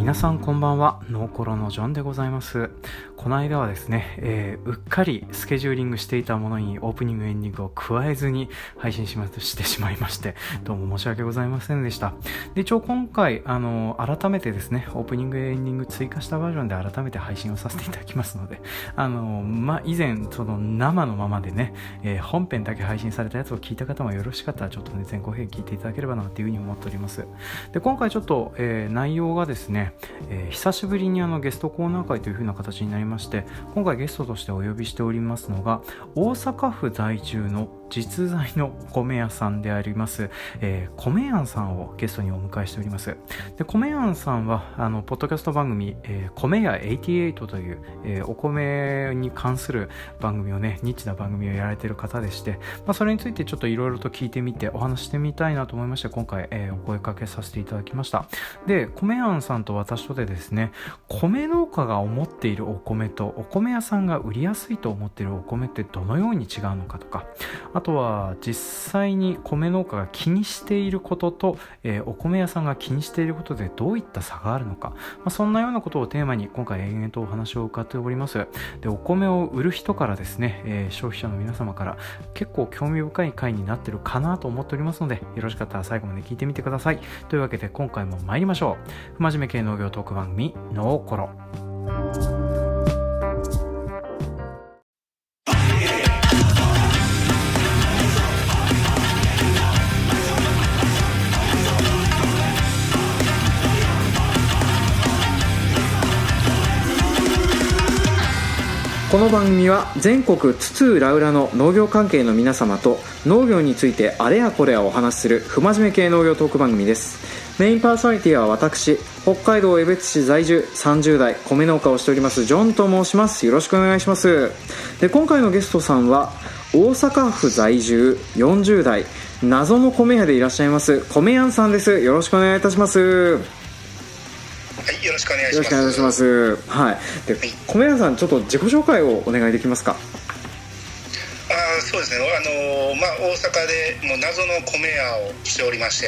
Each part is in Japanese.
皆さんこんばんは、ノーコロのジョンでございます。この間はですね、うっかりスケジューリングしていたものにオープニングエンディングを加えずに配信してしまいまして、どうも申し訳ございませんでした。で、一応今回改めてですね、オープニングエンディング追加したバージョンで改めて配信をさせていただきますので、以前その生のままでね、本編だけ配信されたやつを聞いた方もよろしかったらちょっとね、前後編聞いていただければなというふうに思っております。で、今回ちょっと、内容がですね、久しぶりにゲストコーナー会という風な形になりまして、今回ゲストとしてお呼びしておりますのが、大阪府在住の実在の米屋さんであります、米屋さんをゲストにお迎えしております。で、米屋さんはポッドキャスト番組、米屋88という、お米に関する番組をね、ニッチな番組をやられている方でして、それについてちょっといろいろと聞いてみてお話してみたいなと思いまして、今回、お声かけさせていただきました。で、米屋さんと私とでですね、米農家が思っているお米とお米屋さんが売りやすいと思っているお米ってどのように違うのかとか、あとは実際に米農家が気にしていることと、お米屋さんが気にしていることでどういった差があるのか、そんなようなことをテーマに今回延々とお話を伺っております。で、お米を売る人からですね、消費者の皆様から結構興味深い回になってるかなと思っておりますので、よろしかったら最後まで聞いてみてください。というわけで今回も参りましょう。不真面目系農業トーク番組ノーコロ。この番組は全国津々浦々の農業関係の皆様と農業についてあれやこれやお話しする不真面目系農業トーク番組です。メインパーソナリティは私、北海道江別市在住30代米農家をしておりますジョンと申します。よろしくお願いします。で、今回のゲストさんは大阪府在住40代謎の米屋でいらっしゃいます米やんさんです。よろしくお願いいたします。 はい、よろしくお願いします。 よろしくお願いします。はい。で、米屋さん、ちょっと自己紹介をお願いできますか？ そうですね。大阪でもう謎の米屋をしておりまして、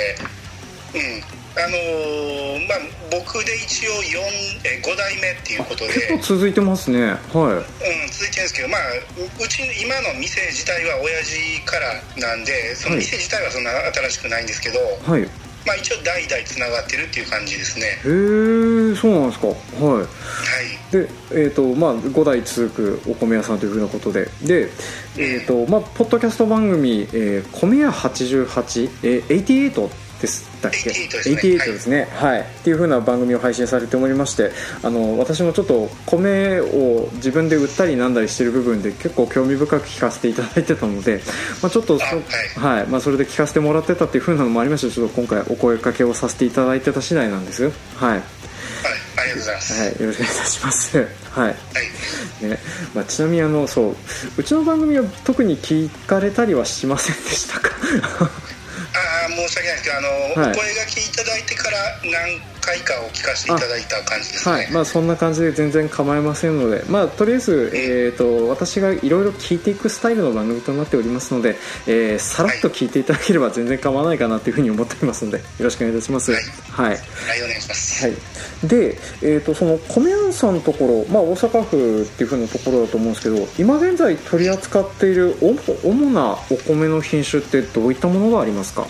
僕で一応5代目っていうことで結構続いてますね。はい。 続いてるんですけど、うち今の店自体は親父からなんで、その店自体はそんな新しくないんですけど、はい。一応代々つながってるっていう感じですね。 へえ、そうなんですか。はい。はい。で、5代続くお米屋さんというふうなことで、で、ポッドキャスト番組、米屋88、88ですだっけ？88ですね。はい。っていう風な番組を配信されておりまして、私もちょっと米を自分で売ったりなんだりしてる部分で結構興味深く聞かせていただいてたので、ちょっとそれで聞かせてもらってたっていう風なのもありまして、ちょっと今回お声掛けをさせていただいてた次第なんです。はい。 ありがとうございます。 はい、よろしくお願いいたします。はい。ね、ちなみにうちの番組は特に聞かれたりはしませんでしたか？ 申し訳ないですけど、お声がけいただいてから何回かを聞かせていただいた感じですね。 はい。そんな感じで全然構いませんので、とりあえず、私がいろいろ聞いていくスタイルの番組となっておりますので、さらっと聞いていただければ全然構わないかなというふうに思っておりますので、よろしくお願いいたします。はい。 はい、お願いします。 はい。で、その米屋さんのところ、大阪府っていうふうなところだと思うんですけど、今現在取り扱っている主なお米の品種ってどういったものがありますか？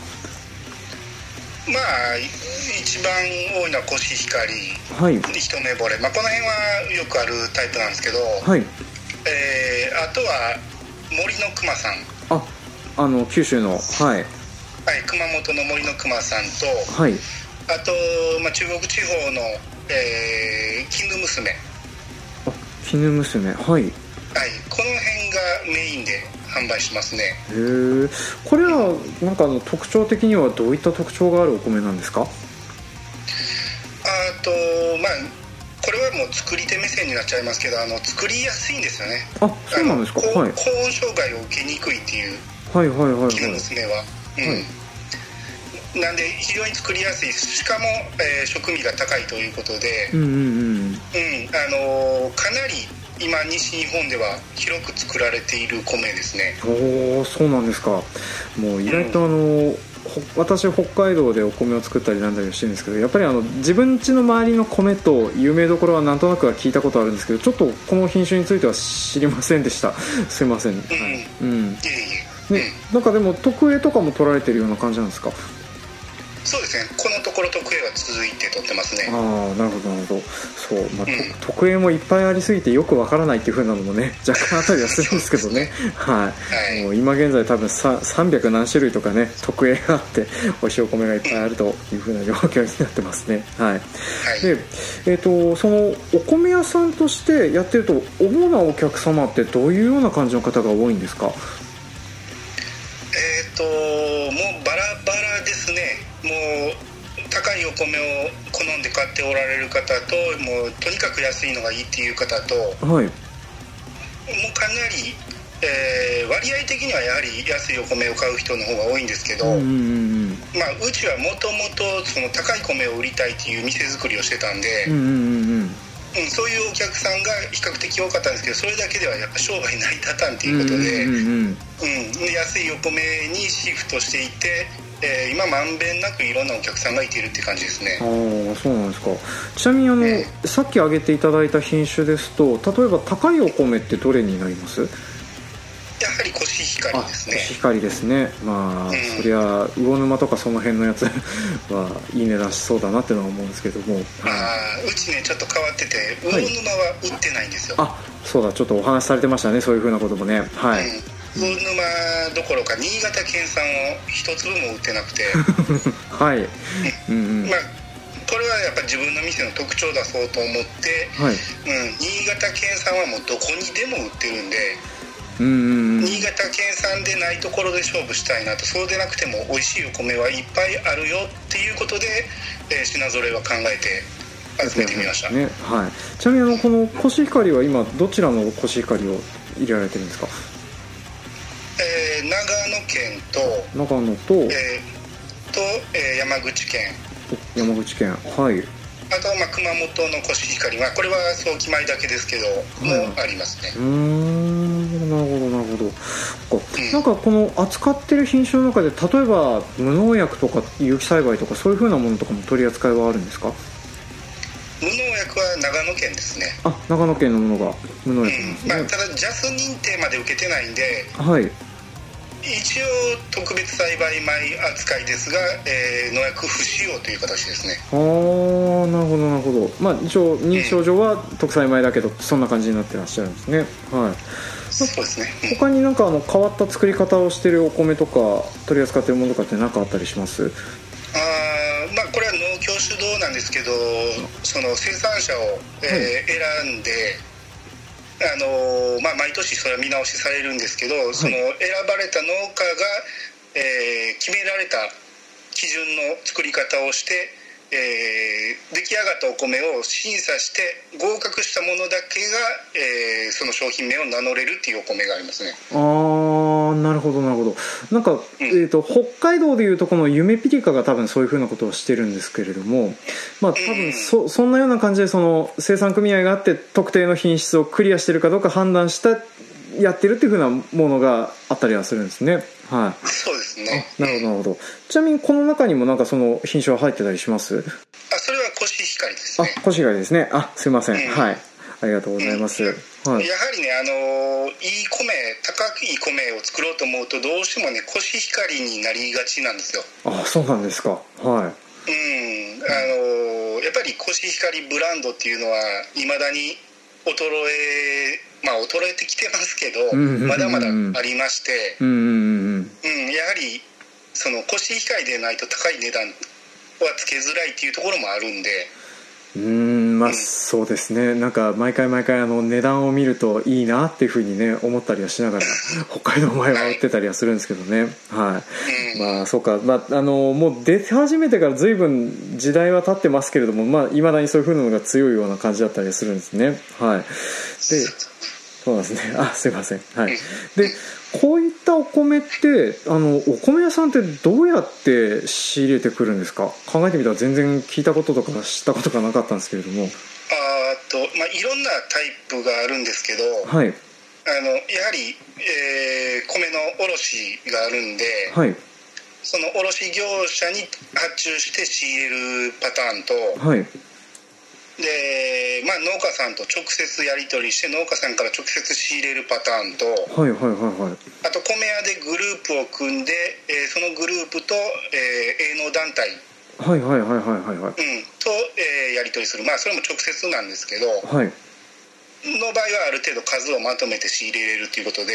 一番多いのはコシヒカリ、一目惚れ、この辺はよくあるタイプなんですけど、はい。あとは森の熊さん、 九州の、はい、 熊本の森の熊さんと、 はい。 あと、中国地方の、絹娘、 絹娘、はい。 はい、この辺がメインで販売しますね。 へえ。これはなんか特徴的にはどういった特徴があるお米なんですか？ これはもう作り手目線になっちゃいますけど、作りやすいんですよね。 そうなんですか。はい。 高温障害を受けにくいっていう、絹娘は、なんで非常に作りやすい、しかも、食味が高いということで、かなり今西日本では広く作られている米ですね。 そうなんですか。もう意外と私北海道でお米を作ったりなんだりしてるんですけど、やっぱり自分家の周りの米と有名どころはなんとなくは聞いたことあるんですけど、ちょっとこの品種については知りませんでした。すいません。はい、うん。なんかでも特 A とかも取られてるような感じなんですか？ そうですね、このところ特 A は続いて取ってますね。 ああ、なるほどなるほど。そう、特 A もいっぱいありすぎてよくわからないっていう風なのもね、若干あったりはするんですけどね。はい、もう今現在多分300何種類とかね、特 A があって美味しいお米がいっぱいあるという風な状況になってますね。はい、で、そのお米屋さんとしてやってると、主なお客様ってどういうような感じの方が多いんですか？もうバラバラですね。もう高いお米を好んで買っておられる方と、もうとにかく安いのがいいっていう方と、はい、もうかなり、割合的にはやはり安いお米を買う人の方が多いんですけど、うちはもともとその高い米を売りたいっていう店作りをしてたんで、そういうお客さんが比較的多かったんですけど、それだけではやっぱ商売成り立たんということで、安いお米にシフトしていて、今まんべんなくいろんなお客さんがいているって感じですね。 ああ、そうなんですか。ちなみにさっき挙げていただいた品種ですと、例えば高いお米ってどれになります？ やはりコシヒカリですね。 コシヒカリですね。そりゃ魚沼とかその辺のやつはいい値段しそうだなってのは思うんですけども、うちねちょっと変わってて、魚沼は売ってないんですよ。 そうだ、ちょっとお話しされてましたね、そういうふうなこともね。はい、 魚沼どころか新潟県産を一粒も売ってなくてはい、 これはやっぱ自分の店の特徴出そうと思って、新潟県産はもうどこにでも売ってるんで、新潟県産でないところで勝負したいなと。そうでなくても美味しいお米はいっぱいあるよっていうことで、品揃えは考えて集めてみました、ね。 はい、ちなみにこのコシヒカリは今どちらのコシヒカリを入れられてるんですか？ 長野県と山口県。 山口県、はい。 あとは熊本のコシヒカリは、これは早期米だけですけど、もありますね。 なるほどなるほど。なんかこの扱ってる品種の中で、例えば無農薬とか有機栽培とかそういう風なものとかも取り扱いはあるんですか？ 無農薬は長野県ですね。 長野県のものが無農薬なんですね。 ただ JAS 認定まで受けてないんで、 はい、 一応特別栽培米扱いですが、農薬不使用という形ですね。 なるほどなるほど。一応認証上は特栽米だけど、そんな感じになってらっしゃるんですね。はい。 そうですね。 他になんか変わった作り方をしているお米とか取り扱っているものとかって何かあったりします？ これは農協主導なんですけど、その生産者を、選んで、毎年それは見直しされるんですけど、その選ばれた農家が、決められた基準の作り方をして、出来上がったお米を審査して合格したものだけが、その商品名を名乗れるっていうお米がありますね。 なるほどなるほど。なんか、北海道でいうとこのゆめぴりかが多分そういうふうなことをしてるんですけれども、多分そんなような感じで、その生産組合があって特定の品質をクリアしてるかどうか判断したやってるっていうふうなものがあったりはするんですね。はい。 そうですね。 なるほどなるほど。ちなみにこの中にもなんかその品種は入ってたりします？ それはコシヒカリですね。 コシヒカリですね。すいません。はい。ありがとうございます。 やはりね、いい米、高い米を作ろうと思うとどうしてもね、コシヒカリになりがちなんですよ。 そうなんですか。はい。 やっぱりコシヒカリブランドっていうのはいまだに衰えてきてますけど、まだまだありまして、やはりそのコシヒカリでないと高い値段はつけづらいっていうところもあるんで。 そうですね。なんか毎回値段を見るといいなっていうふうにね思ったりはしながら北海道米は売ってたりはするんですけどね。はい。そうか。もう出始めてから随分時代は経ってますけれども、いまだにそういうふうなのが強いような感じだったりするんですね。はい。で、そうなんですね。すいません。はい。で、こういったお米ってお米屋さんってどうやって仕入れてくるんですか？考えてみたら全然聞いたこととか知ったことがなかったんですけれども。 いろんなタイプがあるんですけど、 はい。 やはり、米の卸があるんで、 はい。 その卸業者に発注して仕入れるパターンと、 はい、 で、農家さんと直接やり取りして農家さんから直接仕入れるパターンと、 はいはいはいはい、 あと米屋でグループを組んで、そのグループと、営農団体、 はいはいはいはいはいはい、 と、やり取りする、それも直接なんですけど、 はい、 の場合はある程度数をまとめて仕入れれるということで、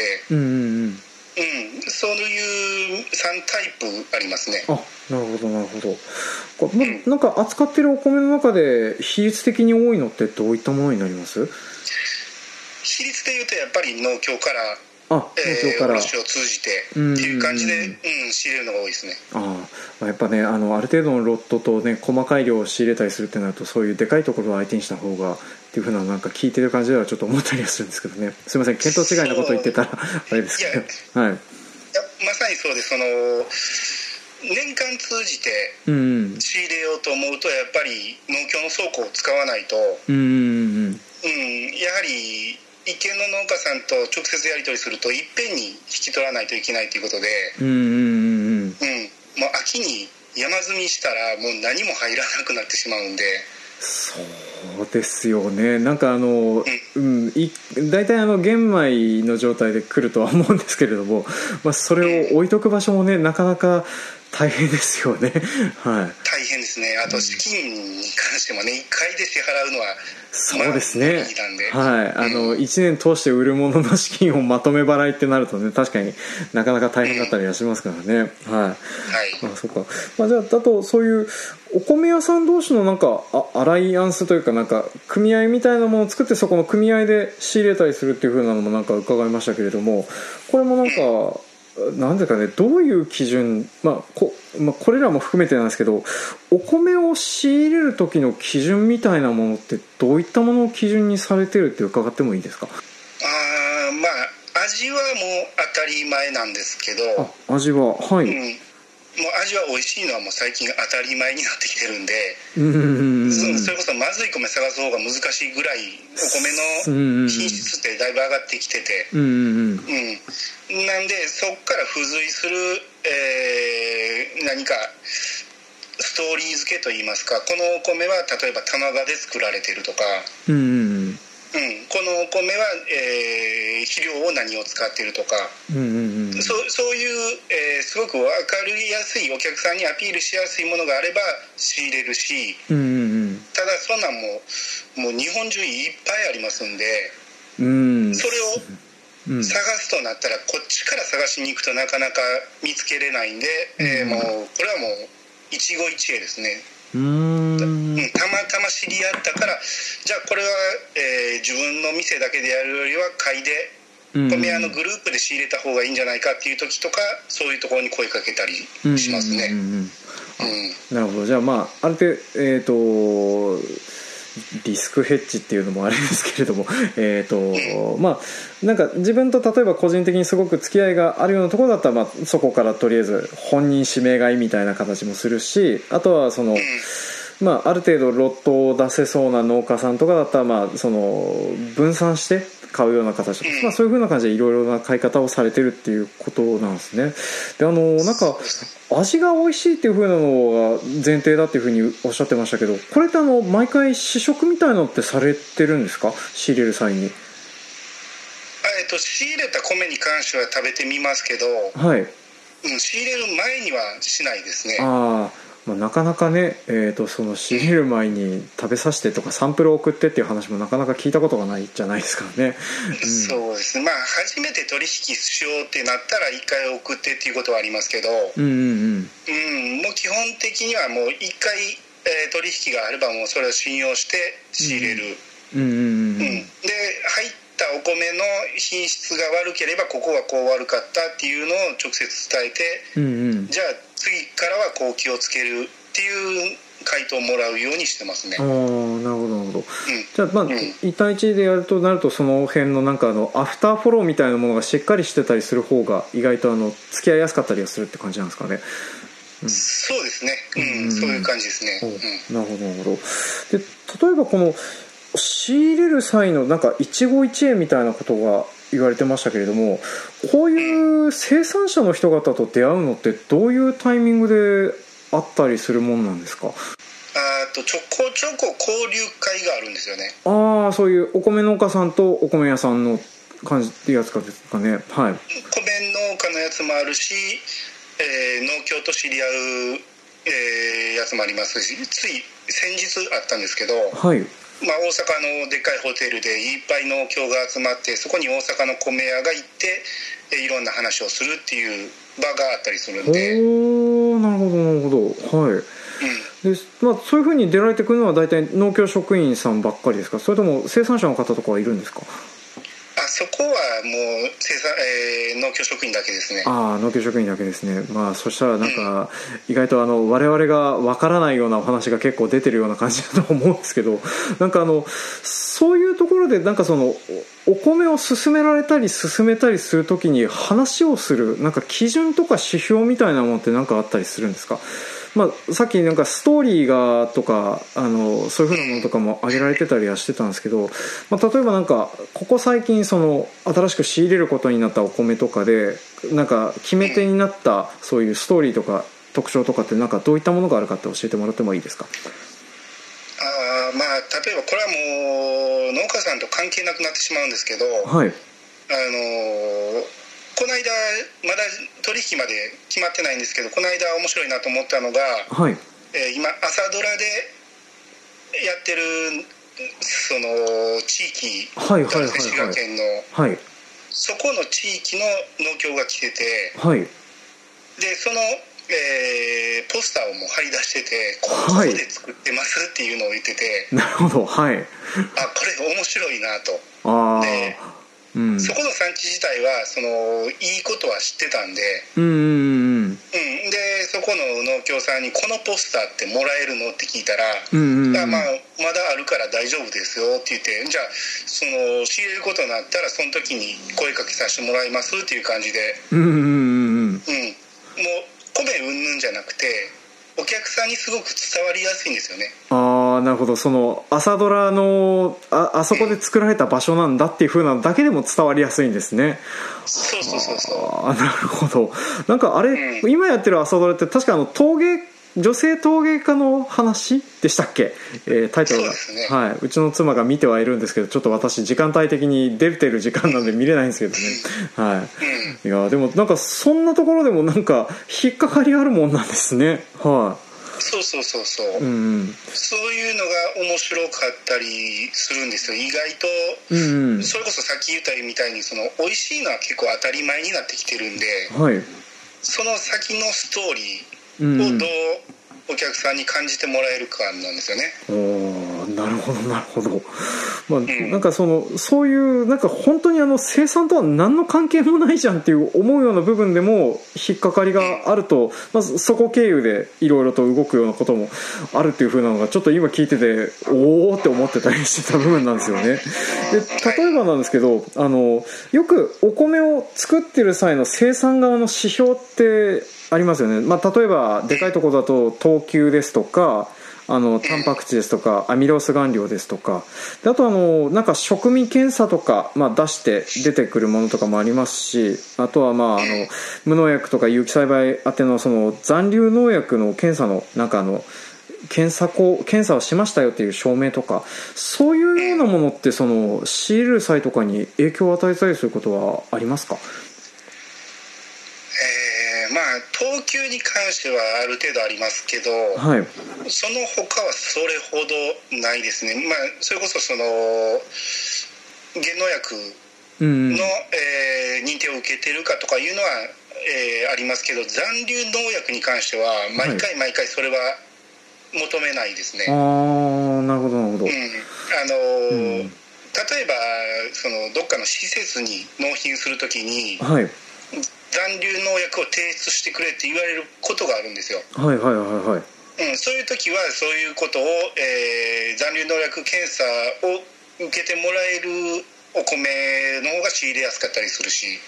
そういう3タイプありますね。 あ、なるほどなるほど。なんか扱ってるお米の中で比率的に多いのってどういったものになります？ 比率でいうとやっぱり農協から卸を通じてっていう感じで、仕入れるのが多いですね。 やっぱね、ある程度のロットとね、細かい量を仕入れたりするってなると、そういうでかいところを相手にした方がっていうふうな、なんか聞いてる感じではちょっと思ったりはするんですけどね。すいません、見当違いなこと言ってたらあれですけど、はい、 まさにそうで、年間通じて仕入れようと思うとやっぱり農協の倉庫を使わないと、やはり一軒の農家さんと直接やり取りするといっぺんに引き取らないといけないということで、もう秋に山積みしたらもう何も入らなくなってしまうんで。 そうですよね。なんか大体玄米の状態で来るとは思うんですけれども、それを置いとく場所もね、なかなか大変ですよね。はい。 大変ですね。あと資金に関してもね、1回で支払うのはそうですね。はい。1年通して売るものの資金をまとめ払いってなるとね、確かになかなか大変だったりはしますからね。はい。そっか。じゃあ、あとそういうお米屋さん同士のなんかアライアンスというか、なんか組合みたいなものを作って、そこの組合で仕入れたりするっていう風なのもなんか伺いましたけれども、これもなんか、なんですかね、どういう基準、これらも含めてなんですけど、お米を仕入れる時の基準みたいなものってどういったものを基準にされてるって伺ってもいいですか？ 味はもう当たり前なんですけど、 味は、はい、 もう味は美味しいのはもう最近当たり前になってきてるんで、それこそまずい米探す方が難しいぐらいお米の品質ってだいぶ上がってきてて、なんでそこから付随する、何かストーリー付けといいますか、このお米は例えば玉川で作られてるとか、このお米は、肥料を何を使ってるとか、そういう、すごく分かりやすい、お客さんにアピールしやすいものがあれば仕入れるし、ただそんなんもう日本中いっぱいありますんで、それを探すとなったらこっちから探しに行くとなかなか見つけれないんで、もうこれはもう一期一会ですね。たまたま知り合ったから、じゃあこれは、自分の店だけでやるよりは買いで米屋のグループで仕入れた方がいいんじゃないかっていう時とか、そういうところに声かけたりしますね。 なるほど。じゃあある程度リスクヘッジっていうのもあれですけれども、なんか自分と例えば個人的にすごく付き合いがあるようなところだったら、そこからとりあえず本人指名買いみたいな形もするし、あとはある程度ロットを出せそうな農家さんとかだったら、分散して買うような形とか、そういう風な感じでいろいろな買い方をされてるっていうことなんですね。で、なんか味が美味しいっていう風なのが前提だっていう風におっしゃってましたけど、これって毎回試食みたいなのってされてるんですか？仕入れる際に。 仕入れた米に関しては食べてみますけど、 はい、 仕入れる前にはしないですね。 なかなかね、その仕入れる前に食べさせてとかサンプルを送ってっていう話もなかなか聞いたことがないじゃないですからね。 そうですね。初めて取引しようってなったら1回送ってっていうことはありますけど、もう基本的にはもう1回、取引があればもうそれを信用して仕入れる。で、入ったお米の品質が悪ければここはこう悪かったっていうのを直接伝えて、じゃあ次からはこう気をつけるっていう回答をもらうようにしてますね。 なるほどなるほど。じゃあ1対1でやるとなると、その辺のなんかアフターフォローみたいなものがしっかりしてたりする方が意外と付き合いやすかったりはするって感じなんですかね。 そうですね。そういう感じですね。 なるほどなるほど。で、例えばこの仕入れる際のなんか一期一会みたいなことが言われてましたけれども、こういう生産者の人方と出会うのってどういうタイミングであったりするもんなんですか？ ちょこちょこ交流会があるんですよね。 ああ、そういうお米農家さんとお米屋さんの感じっていうやつかですかね。はい。 米農家のやつもあるし、農協と知り合う、やつもありますし、つい先日あったんですけど、 はい。 まあ、大阪のでっかいホテルでいっぱい農協が集まって、そこに大阪の米屋が行っていろんな話をするっていう場があったりするんで。 おー、なるほどなるほど。はい。でまあ、そういうふうに出られてくるのは大体農協職員さんばっかりですか？それとも生産者の方とかはいるんですか？ そこはもう農協職員だけですね。 ああ、農協職員だけですね。まあそしたらなんか、意外と我々がわからないようなお話が結構出てるような感じだと思うんですけど、なんかそういうところでなんかお米を勧められたり勧めたりするときに話をするなんか基準とか指標みたいなものって何かあったりするんですか？まあ、さっきなんかストーリーがとかそういう風なものとかも挙げられてたりはしてたんですけど、まあ、例えばなんかここ最近新しく仕入れることになったお米とかでなんか決め手になったそういうストーリーとか特徴とかってなんかどういったものがあるかって教えてもらってもいいですか？ まあ、例えばこれはもう農家さんと関係なくなってしまうんですけど、 はい、 この間まだ取引まで決まってないんですけど、この間面白いなと思ったのが、 はい、 今朝ドラでやってるその地域、 はいはいはいはい、 滋賀県の、 はい、 そこの地域の農協が来てて、 はい、 でその、ポスターをもう貼り出してて、ここで作ってますっていうのを言ってて、 なるほど、はい、 これ面白いなと。でそこの産地自体はいいことは知ってたんで、でそこの農協さんにこのポスターってもらえるのって聞いたら、まだあるから大丈夫ですよって言って、じゃあ仕入れることになったらその時に声かけさせてもらいますっていう感じで、もう米うんぬんじゃなくてお客さんにすごく伝わりやすいんですよね。 なるほど。朝ドラのあそこで作られた場所なんだっていう風なだけでも伝わりやすいんですね。 そうなるほど。なんかあれ、今やってる朝ドラって確か女性陶芸家の話でしたっけ、タイトルが。 そうですね。 はい。うちの妻が見てはいるんですけど、ちょっと私時間帯的に出てる時間なんで見れないんですけどね。はい。いやでもなんかそんなところでもなんか引っかかりあるもんなんですね。はい。 そう、そういうのが面白かったりするんですよ、意外と。それこそさっき言ったみたいに美味しいのは結構当たり前になってきてるんで、 はい、その先のストーリーをどうお客さんに感じてもらえるかなんですよね。 なるほどなるほど。なんかそういうなんか本当に生産とは何の関係もないじゃんっていう思うような部分でも引っかかりがあると、まずそこ経由でいろいろと動くようなこともあるっていう風なのがちょっと今聞いてておーって思ってたりしてた部分なんですよね。で例えばなんですけどよくお米を作ってる際の生産側の指標ってありますよね。例えばでかいところだと等級ですとかタンパク質ですとかアミロース含量ですとかで、あとなんか食味検査とか、出して出てくるものとかもありますし、あとは無農薬とか有機栽培宛ての残留農薬の検査のなんか検査をしましたよっていう証明とか、そういうようなものって仕入れる際とかに影響を与えたりすることはありますか？ 等級に関してはある程度ありますけど、 はい、 その他はそれほどないですね。それこそ原農薬の、認定を受けてるかとかいうのは、ありますけど、残留農薬に関しては毎回それは求めないですね。 なるほどなるほど。 例えばどっかの施設に納品するときに、 はい、 残留農薬を提出してくれって言われることがあるんですよ。 はいはいはいはい。 そういう時はそういうことを、残留農薬検査を受けてもらえるお米の方が仕入れやすかったりするし。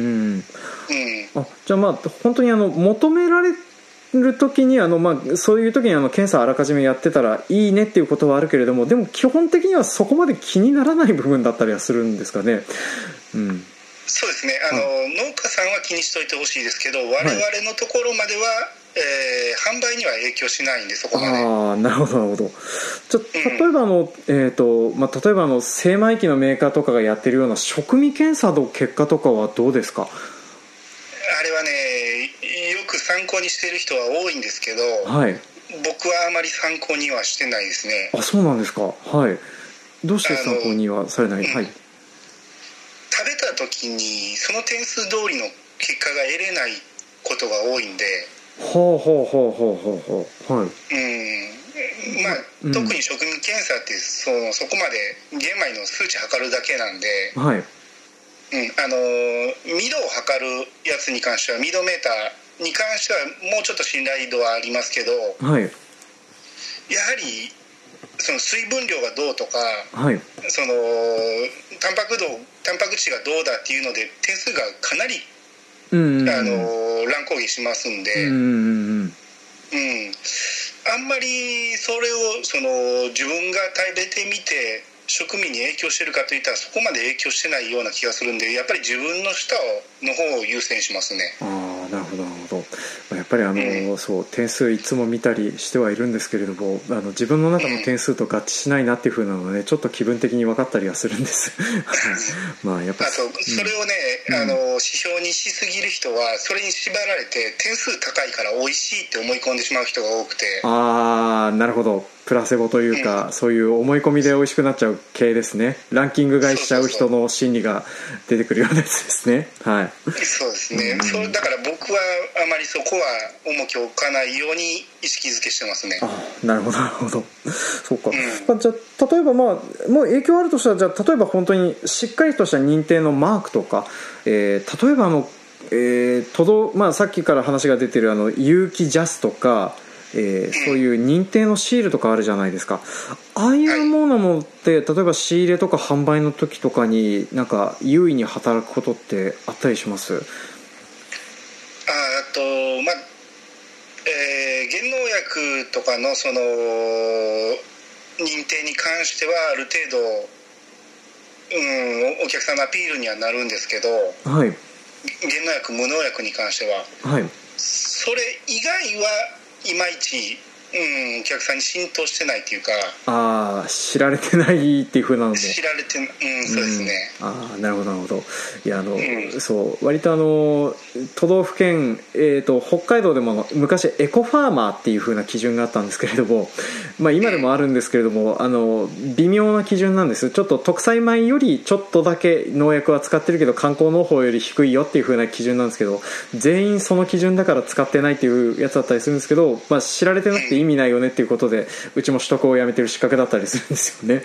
じゃあ本当に求められる時にそういう時に検査あらかじめやってたらいいねっていうことはあるけれども、でも基本的にはそこまで気にならない部分だったりはするんですかね。 そうですね、農家さんは気にしといてほしいですけど、我々のところまでは、販売には影響しないんで、そこまで。 ああ、なるほどなるほど。例えば例えば精米機のメーカーとかがやってるような食味検査の結果とかはどうですか？ あれはね、よく参考にしている人は多いんですけど、僕はあまり参考にはしてないですね。 あ、そうなんですか。はい。どうして参考にはされない？はい。 食べた時にその点数通りの結果が得れないことが多いんで。 ほうほうほうほうほうほう。はい。 特に食味検査ってそこまで玄米の数値測るだけなんで、 はい。 ミドを測るやつに関しては、ミドメーターに関してはもうちょっと信頼度はありますけど、 はい。 やはりその水分量がどうとか、 はい。 そのタンパク質がどうだっていうので点数がかなり乱高下しますんで、あんまりそれを自分が食べてみて食味に影響してるかといったらそこまで影響してないような気がするんで、やっぱり自分の舌の方を優先しますね。 ああ、なるほどなるほど。やっぱりそう点数いつも見たりしてはいるんですけれども、自分の中の点数と合致しないなっていう風なので、ちょっと気分的に分かったりはするんですまあやっぱあとそれをね、指標にしすぎる人はそれに縛られて点数高いから美味しいって思い込んでしまう人が多くて。 ああ、なるほど。プラセボというか、そういう思い込みで美味しくなっちゃう系ですね。ランキング買いしちゃう人の心理が出てくるようなやつですね。はい。 そうですね。だから僕はあまりそこは重きを置かないように意識づけしてますね。 なるほどなるほど。そうか。じゃあ例えばもう影響あるとしたら、じゃあ例えば本当にしっかりとした認定のマークとか、例えばさっきから話が出てる有機ジャスとか。そういう認定のシールとかあるじゃないですか。ああいうものって例えば仕入れとか販売の時とかになんか優位に働くことってあったりします？ 原農薬とかのその認定に関してはある程度、お客さんのアピールにはなるんですけど、 はい、 原農薬無農薬に関しては、はい、それ以外はいまいち、お客さんに浸透してないっていうか、 知られてないっていう風なのも知られて、そうですね。 なるほどなるほど。いやそう割と都道府県、北海道でも昔エコファーマーっていう風な基準があったんですけれども、今でもあるんですけれども、微妙な基準なんです。ちょっと特産米よりちょっとだけ農薬は使ってるけど観光農法より低いよっていう風な基準なんですけど、全員その基準だから使ってないっていうやつだったりするんですけど、知られてなくて意味ないよねっていうことで、うちも取得をやめてる資格だったりするんですよね。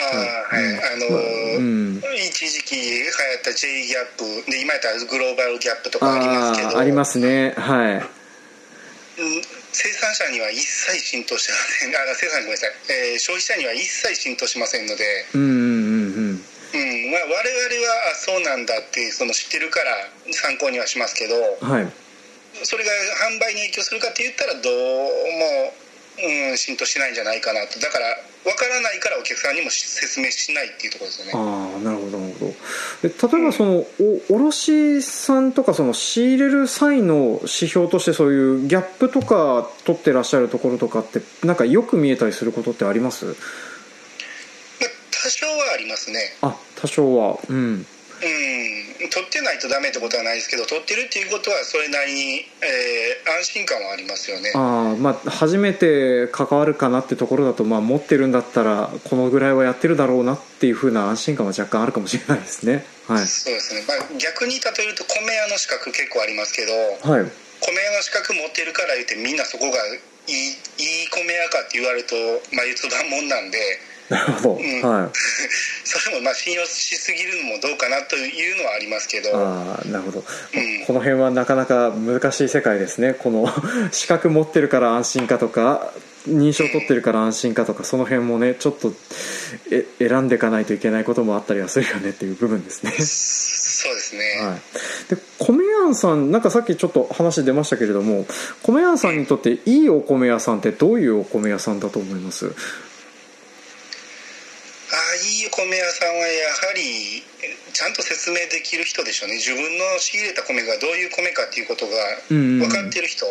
一時期流行った J ギャップで、今やったらグローバルギャップとかありますけど、 ありますね。はい。 生産者には一切浸透してません。ごめんなさい、消費者には一切浸透しませんので、我々はそうなんだって知ってるから参考にはしますけど、はい、それが販売に影響するかって言ったらどうも、浸透してないんじゃないかなと。だから分からないからお客さんにも説明しないっていうところですよね。 なるほどなるほど。例えば卸さんとか仕入れる際の指標として、そういうギャップとか取ってらっしゃるところとかってなんかよく見えたりすることってあります？ 多少はありますね。 多少は。 取ってないとダメってことはないですけど、取ってるっていうことはそれなりに、安心感はありますよね。 初めて関わるかなってところだと、持ってるんだったらこのぐらいはやってるだろうなっていう風な安心感は若干あるかもしれないですね。はい、そうですね。 逆に例えると米屋の資格結構ありますけど、はい、米屋の資格持ってるから言ってみんなそこがいい米屋かって言われると眉唾もんなんで。 なるほど。はい。 それも信用しすぎるのもどうかなというのはありますけど。 なるほど。この辺はなかなか難しい世界ですね。この資格持ってるから安心かとか、認証取ってるから安心かとか、その辺もねちょっと選んでいかないといけないこともあったりはするよねっていう部分ですね。 そうですね。 はい。で、米屋さん、なんかさっきちょっと話出ましたけれども、米屋さんにとっていいお米屋さんってどういうお米屋さんだと思います？ いいお米屋さんはやはりちちゃんと説明できる人でしょうね。自分の仕入れた米がどういう米かっていうことが分かってる人。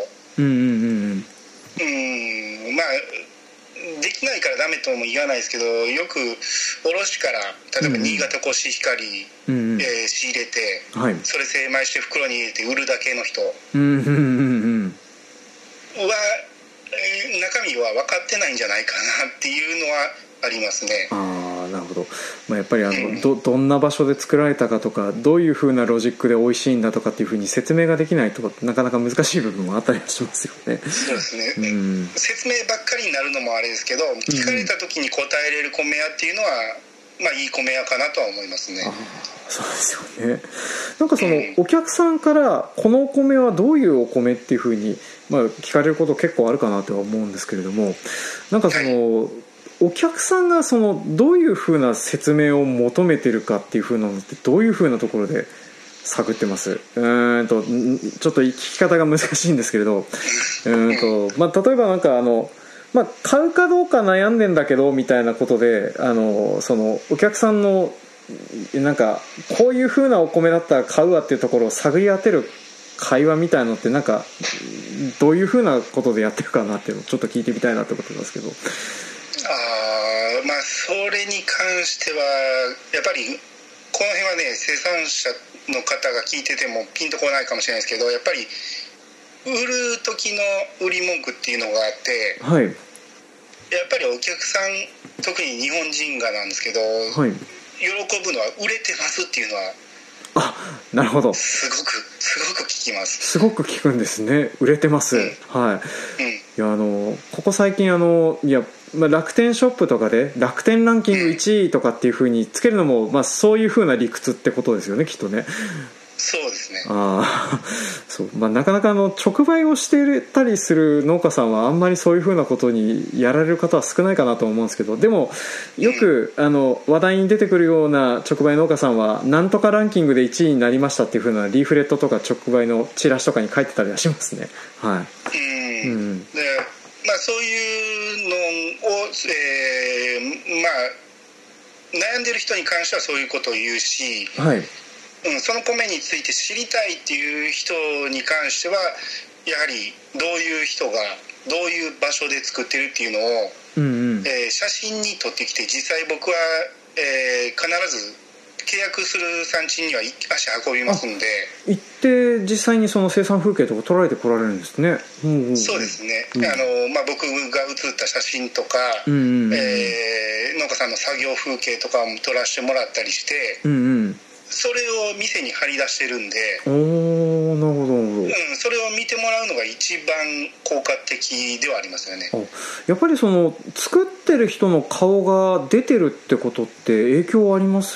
まあできないからダメとも言わないですけど、よく卸から例えば新潟コシヒカリ、仕入れて、はい、それ精米して袋に入れて売るだけの人は、中身は分かってないんじゃないかなっていうのはありますね。 なるほど。やっぱりどんな場所で作られたかとか、どういう風なロジックで美味しいんだとかっていう風に説明ができないとなかなか難しい部分もあったりはしますよね。 そうですね、説明ばっかりになるのもあれですけど、聞かれた時に答えれる米屋っていうのは、いい米屋かなとは思いますね。 そうですよね。なんかお客さんからこのお米はどういうお米っていう風に、聞かれること結構あるかなとは思うんですけれども、なんかお客さんがどういうふうな説明を求めてるかっていうふうなのってどういうふうなところで探ってます？ちょっと聞き方が難しいんですけれど、例えばなんか買うかどうか悩んでんだけどみたいなことでお客さんのなんかこういうふうなお米だったら買うわっていうところを探り当てる会話みたいなのってなんかどういうふうなことでやってるかなっていうのをちょっと聞いてみたいなってことなんですけど。 それに関してはやっぱりこの辺はね、生産者の方が聞いててもピンとこないかもしれないですけど、やっぱり売る時の売り文句っていうのがあって、はい、やっぱりお客さん、特に日本人がなんですけど、はい、喜ぶのは売れてますっていうのは、 なるほど、 すごく聞きます。 すごく聞くんですね。売れてます、はい、いやここ最近楽天ショップとかで楽天ランキング1位とかっていう風につけるのも、そういう風な理屈ってことですよね、きっとね。 そうですね。 そう、なかなか直売をしてたりする農家さんはあんまりそういう風なことにやられる方は少ないかなと思うんですけど、でもよく話題に出てくるような直売農家さんはなんとかランキングで1位になりましたっていう風なリーフレットとか直売のチラシとかに書いてたりはしますね。はい。 でそういうのを、悩んでる人に関してはそういうことを言うし、はい、その米について知りたいっていう人に関してはやはりどういう人がどういう場所で作ってるっていうのを、写真に撮ってきて、実際僕は、必ず契約する産地には足運びますんで、 行って実際にその生産風景とか撮られてこられるんですね。 そうですね、僕が写った写真とか、農家さんの作業風景とかも撮らせてもらったりして、それを店に貼り出してるんで、 なるほど、 それを見てもらうのが一番効果的ではありますよね。 やっぱり作ってる人の顔が出てるってことって影響あります？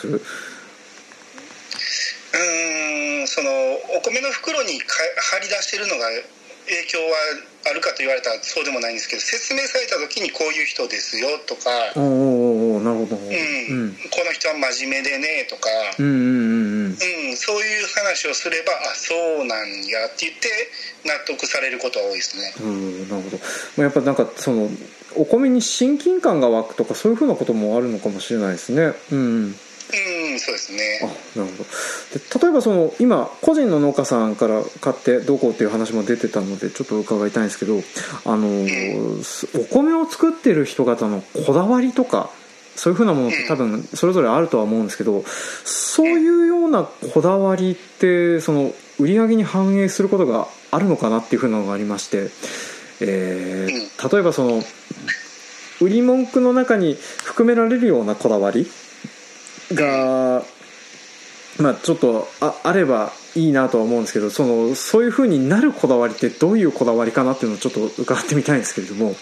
お米の袋に貼り出してるのが影響はあるかと言われたらそうでもないんですけど、説明された時にこういう人ですよとか、なるほど、この人は真面目でねとか、そういう話をすればそうなんやって言って納得されることは多いですね。 なるほど。やっぱなんかお米に親近感が湧くとかそういうふうなこともあるのかもしれないですね。 そうですね。 なるほど。で例えば今個人の農家さんから買ってどうこうっていう話も出てたのでちょっと伺いたいんですけど、お米を作ってる人方のこだわりとかそういうふうなものって多分それぞれあるとは思うんですけど、そういうようなこだわりって売り上げに反映することがあるのかなっていうふうなのがありまして、例えば売り文句の中に含められるようなこだわりがちょっと あればいいなとは思うんですけど、そういう風になるこだわりってどういうこだわりかなっていうのをちょっと伺ってみたいんですけれども。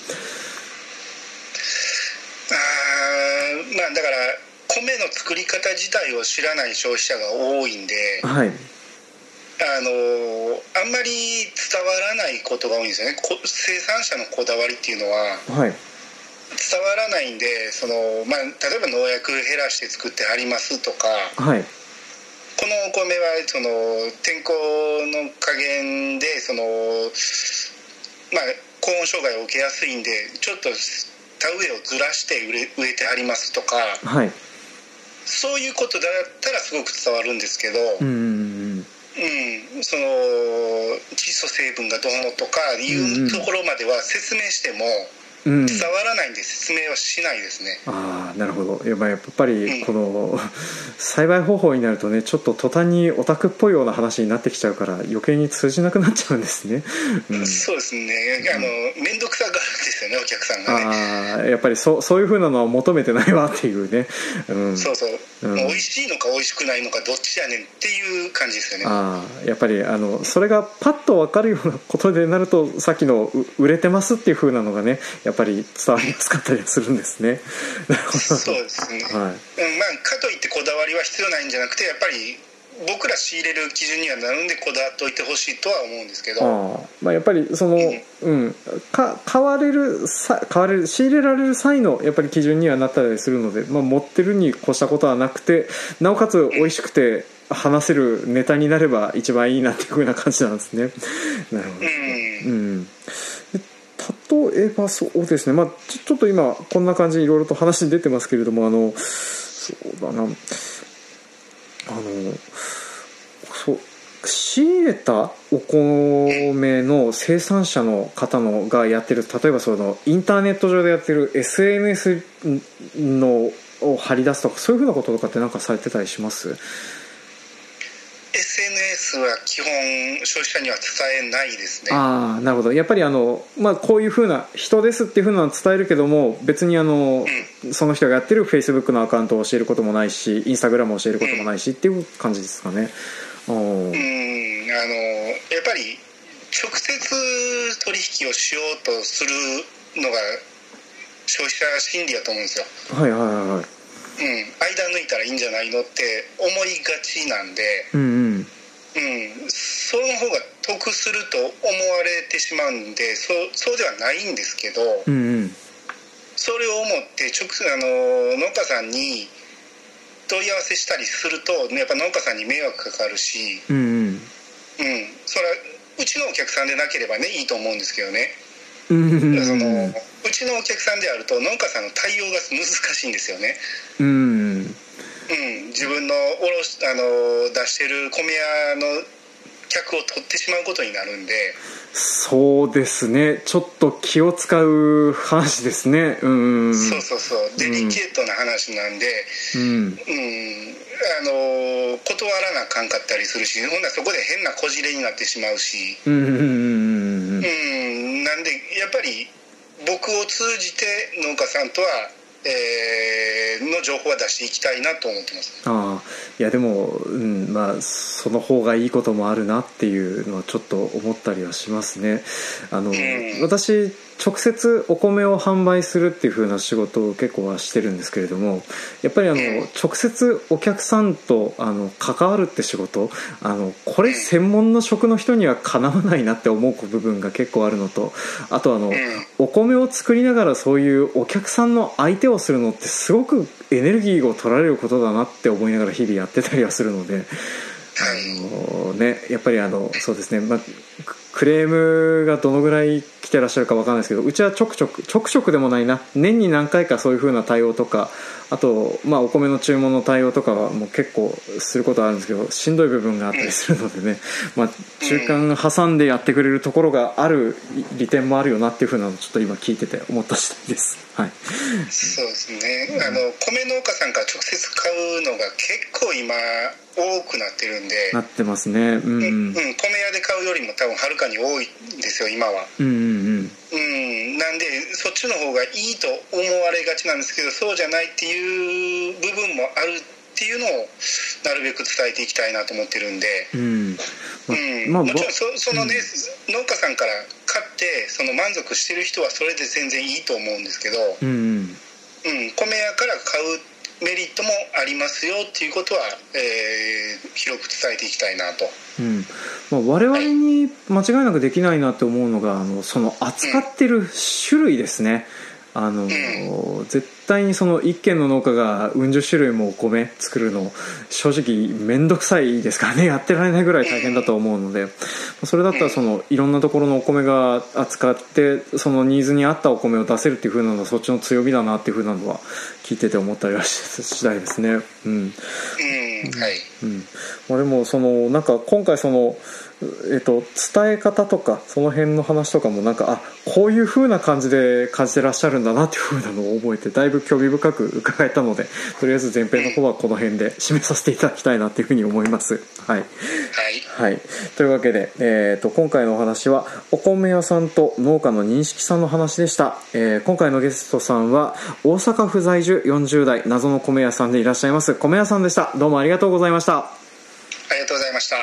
だから米の作り方自体を知らない消費者が多いんで、はい、あんまり伝わらないことが多いんですよね。生産者のこだわりっていうのは、はい、伝わらないんで、例えば農薬減らして作ってありますとか、はい、このお米は天候の加減で高温障害を受けやすいんでちょっと田植えをずらして植えてありますとか、はい、 そういうことだったらすごく伝わるんですけど、その窒素成分がどうのとかいうところまでは説明しても伝わらないんで説明はしないですね。 ああ、なるほど。やっぱりこの、栽培方法になるとね、ちょっと途端にオタクっぽいような話になってきちゃうから余計に通じなくなっちゃうんですね。 そうですね。面倒くさがるんですよね、お客さんがね。 ああ、やっぱりそういう風なのは求めてないわっていうね。 そうそう。もう美味しいのか美味しくないのかどっちやねんっていう感じですよね。 ああ、やっぱりそれがパッと分かるようなことでなると、さっきの売れてますっていう風なのがね、やっぱり伝わりやすかったりするんですね。 そうですね。かといってこだわりは必要ないんじゃなくて、やっぱり僕ら仕入れる基準にはなるんでこだわっておいてほしいとは思うんですけど、 やっぱりその、買われる仕入れられる際のやっぱり基準にはなったりするので、持ってるに越したことはなくて、なおかつ美味しくて話せるネタになれば一番いいなっていう風な感じなんですね。なるほど。例えばそうですね、ちょっと今こんな感じにいろいろと話に出てますけれども、そうだな、仕入れたお米の生産者の方のがやってる、例えばそのインターネット上でやってる SNS のを張り出すとか、そういうふうなこととかって何かされてたりします？ SNS は基本消費者には伝えないですね。 ああ、なるほど。やっぱりこういうふうな人ですっていうふうなのは伝えるけども、別にその人がやってる Facebook のアカウントを教えることもないし、Instagram を教えることもないしっていう感じですかね。 やっぱり直接取引をしようとするのが消費者心理だと思うんですよ。間抜いたらいいんじゃないのって思いがちなんで、その方が得すると思われてしまうんで、そうではないんですけど、それを思って農家さんに問い合わせしたりすると、やっぱ農家さんに迷惑かかるし、それはうちのお客さんでなければねいいと思うんですけどね。うちのお客さんであると農家さんの対応が難しいんですよね。自分の出してる米屋の客を取ってしまうことになるんで。 そうですね、ちょっと気を使う話ですね。 そうデリケートな話なんで、断らなあかんかったりするし、ほんならそこで変なこじれになってしまうし、なんでやっぱり僕を通じて農家さんとはの情報は出していきたいなと思ってます。 いやでも、その方がいいこともあるなっていうのはちょっと思ったりはしますね。私直接お米を販売するっていう風な仕事を結構はしてるんですけれども、やっぱり直接お客さんと関わるって仕事、これ専門の職の人にはかなわないなって思う部分が結構あるのと、あとお米を作りながらそういうお客さんの相手をするのってすごくエネルギーを取られることだなって思いながら日々やってたりはするので、やっぱりそうですね、クレームがどのぐらい来てらっしゃるか分からないですけど、うちはちょくちょくでもないな、年に何回かそういう風な対応とか、あとお米の注文の対応とかはもう結構することあるんですけど、しんどい部分があったりするのでね、中間挟んでやってくれるところがある利点もあるよなっていう風なのをちょっと今聞いてて思った次第です。 そうですね、米農家さんから直接買うのが結構今多くなってるんで、 なってますね。米屋で買うよりも多分はるかに多いんですよ今は。なんでそっちの方がいいと思われがちなんですけど、そうじゃないっていう部分もあるっていうのをなるべく伝えていきたいなと思ってるんで、もちろんそのね、農家さんから買って満足してる人はそれで全然いいと思うんですけど、米屋から買うメリットもありますよっていうことは、広く伝えていきたいなと。 我々に間違いなくできないなって思うのがその扱ってる種類ですね。絶対にその1軒の農家がうん十種類もお米作るの正直面倒くさいですからね、やってられないぐらい大変だと思うので、それだったらそのいろんなところのお米が扱ってそのニーズに合ったお米を出せるっていう風なのはそっちの強みだなっていう風なのは聞いてて思ったりは次第ですね。まあ、でもそのなんか今回その伝え方とかその辺の話とかもなんかこういう風な感じで感じてらっしゃるんだなっていう風なのを覚えてだいぶ興味深く伺えたので、とりあえず前編の方はこの辺で締めさせていただきたいなっていう風に思います。はいというわけで、今回のお話はお米屋さんと農家の認識さんの話でした。今回のゲストさんは大阪府在住40代謎の米屋さんでいらっしゃいます米屋さんでした。どうもありがとうございました。 ありがとうございました。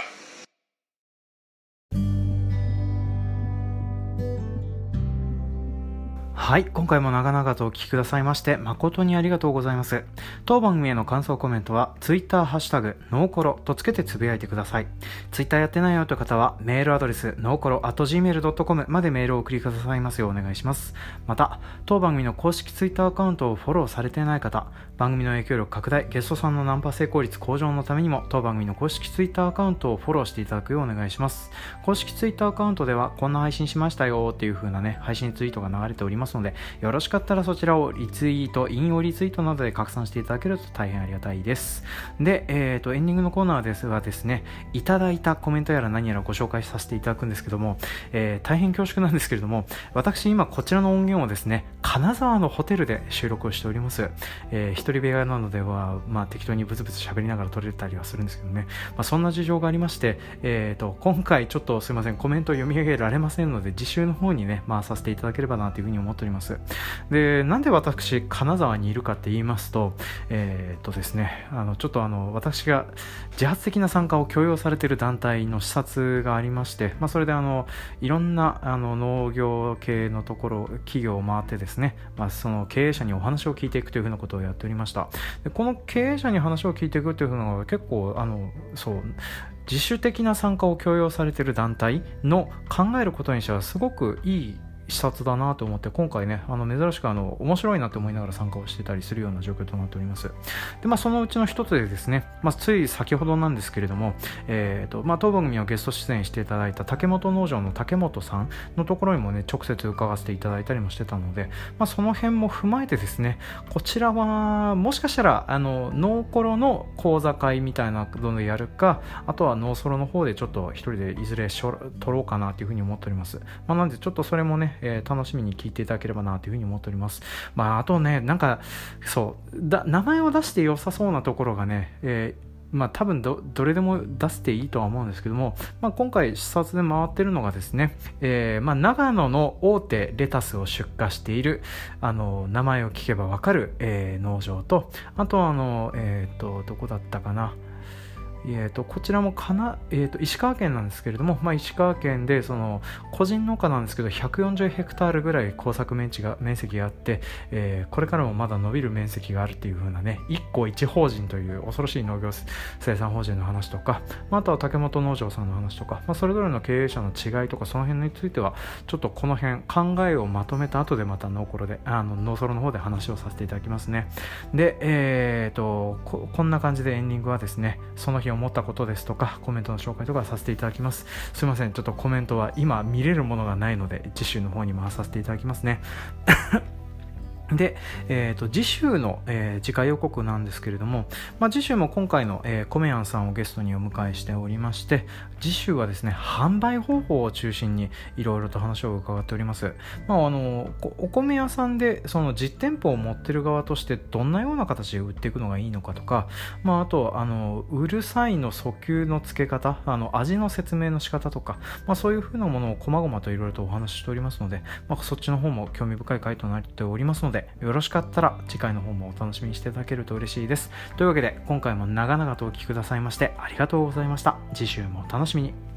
はい、今回も長々とお聞きくださいまして誠にありがとうございます。当番組への感想コメントは Twitter ハッシュタグノーコロとつけてつぶやいてください。Twitter やってないよという方はメールアドレスノーコロ@gmail.com までメールを送りくださいますようお願いします。また当番組の公式 Twitter アカウントをフォローされていない方、番組の影響力拡大、ゲストさんのナンパ成功率向上のためにも当番組の公式 Twitter アカウントをフォローしていただくようお願いします。公式 Twitter アカウントではこんな配信しましたよっていう風なね配信ツイートが流れておりますので、よろしかったらそちらをリツイート、引用リツイートなどで拡散していただけると大変ありがたいです。で、エンディングのコーナーはですね、いただいたコメントやら何やらご紹介させていただくんですけども、大変恐縮なんですけれども、私今こちらの音源をですね、金沢のホテルで収録をしております。一人部屋なのでは、適当にブツブツ喋りながら撮れたりはするんですけどね、そんな事情がありまして、今回ちょっとすいません、コメント読み上げられませんので、次週の方にね、させていただければなというふうに思っております。で、なんで私金沢にいるかって言いますと、ですね、ちょっと私が自発的な参加を強要されている団体の視察がありまして、それでいろんな農業系のところ企業を回ってですね、その経営者にお話を聞いていくというふうなことをやっておりました。で、この経営者に話を聞いていくというのが結構自主的な参加を強要されている団体の考えることにしてはすごくいい視察だなと思って今回ね珍しく面白いなと思いながら参加をしてたりするような状況となっております。で、そのうちの一つでですね、つい先ほどなんですけれども、当番組をゲスト出演していただいた竹本農場の竹本さんのところにもね直接伺わせていただいたりもしてたので、その辺も踏まえてですね、こちらはもしかしたらノーコロの講座会みたいなのでやるか、あとはノーソロの方でちょっと一人でいずれ撮ろうかなというふうに思っております。なのでちょっとそれもね楽しみに聞いていただければなというふうに思っております。あとね、なんか名前を出して良さそうなところがね、多分どれでも出していいとは思うんですけども、今回視察で回ってるのがですね、長野の大手レタスを出荷している名前を聞けばわかる、農場と、あとどこだったかな、こちらも石川県なんですけれども、石川県で個人農家なんですけど140ヘクタールぐらい耕作面積があって、これからもまだ伸びる面積があるっていう風なね、一個一法人という恐ろしい農業生産法人の話とか、あとは竹本農場さんの話とか、それぞれの経営者の違いとかその辺についてはちょっとこの辺考えをまとめた後でまたノーソロの方で話をさせていただきますね。で、こんな感じでエンディングはですね、その日思ったことですとかコメントの紹介とかさせていただきます。すいません、ちょっとコメントは今見れるものがないので次週の方に回させていただきますね。で、次週の、次回予告なんですけれども、次週も今回の、米庵さんをゲストにお迎えしておりまして、次週はですね、販売方法を中心にいろいろと話を伺っております。お米屋さんでその実店舗を持ってる側としてどんなような形で売っていくのがいいのかとか、あとうるさいの訴求の付け方、味の説明の仕方とか、そういうふうなものを細々といろいろとお話ししておりますので、そっちの方も興味深い回となっておりますので、よろしかったら次回の方もお楽しみにしていただけると嬉しいです。というわけで今回も長々とお聞きくださいましてありがとうございました。次週もお楽しみに。